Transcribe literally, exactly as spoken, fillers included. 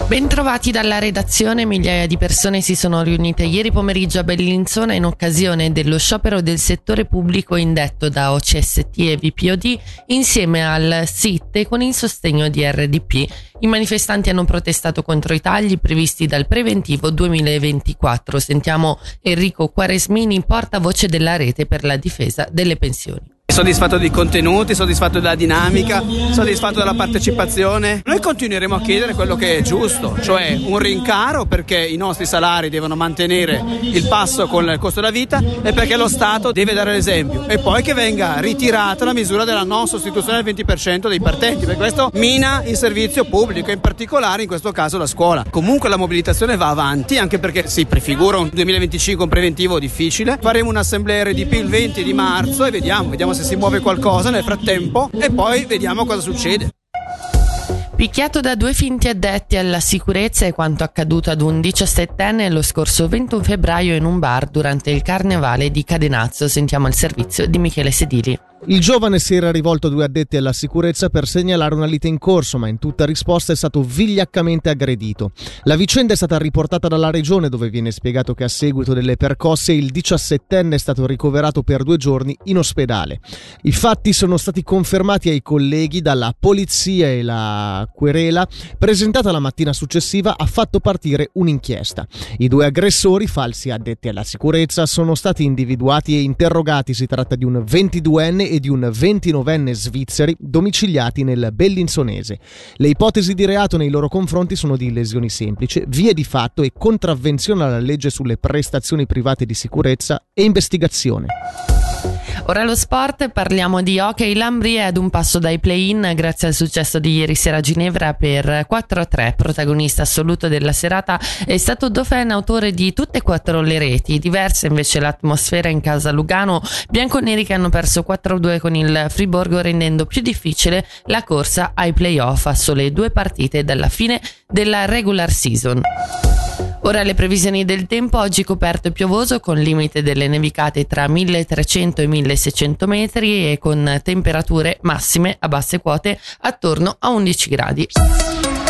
Bentrovati dalla redazione. Migliaia di persone si sono riunite ieri pomeriggio a Bellinzona in occasione dello sciopero del settore pubblico indetto da O C S T e V P O D insieme al S I T con il sostegno di R D P. I manifestanti hanno protestato contro i tagli previsti dal preventivo duemilaventiquattro. Sentiamo Enrico Quaresmini, portavoce della Rete per la difesa delle pensioni. Soddisfatto dei contenuti, soddisfatto della dinamica, soddisfatto della partecipazione. Noi continueremo a chiedere quello che è giusto, cioè un rincaro perché i nostri salari devono mantenere il passo con il costo della vita e perché lo Stato deve dare l'esempio, e poi che venga ritirata la misura della non sostituzione del venti per cento dei partenti, perché questo mina il servizio pubblico, in particolare in questo caso la scuola. Comunque la mobilitazione va avanti, anche perché si prefigura un duemilaventicinque un preventivo difficile. Faremo un'assemblea R D P il venti di marzo e vediamo, vediamo se si muove qualcosa nel frattempo e poi vediamo cosa succede. Picchiato da due finti addetti alla sicurezza è quanto accaduto ad un diciassettenne lo scorso ventuno febbraio in un bar durante il carnevale di Cadenazzo. Sentiamo il servizio di Michele Sedili. Il giovane si era rivolto a due addetti alla sicurezza per segnalare una lite in corso, ma in tutta risposta è stato vigliaccamente aggredito. La vicenda è stata riportata dalla regione, dove viene spiegato che a seguito delle percosse il diciassettenne è stato ricoverato per due giorni in ospedale. I fatti sono stati confermati ai colleghi dalla polizia e la querela, presentata la mattina successiva, ha fatto partire un'inchiesta. I due aggressori, falsi addetti alla sicurezza, sono stati individuati e interrogati. Si tratta di un ventiduenne e di un ventinovenne svizzeri domiciliati nel bellinzonese. Le ipotesi di reato nei loro confronti sono di lesioni semplici, vie di fatto e contravvenzione alla legge sulle prestazioni private di sicurezza e investigazione. Ora lo sport, parliamo di hockey. L'Ambri è ad un passo dai play-in grazie al successo di ieri sera a Ginevra per quattro a tre. Protagonista assoluto della serata è stato Dauphin, autore di tutte e quattro le reti. Diversa invece l'atmosfera in casa Lugano, bianconeri che hanno perso quattro a due con il Friburgo, rendendo più difficile la corsa ai play-off a sole due partite dalla fine della regular season. Ora le previsioni del tempo: oggi coperto e piovoso con limite delle nevicate tra milletrecento e milleseicento metri e con temperature massime a basse quote attorno a undici gradi.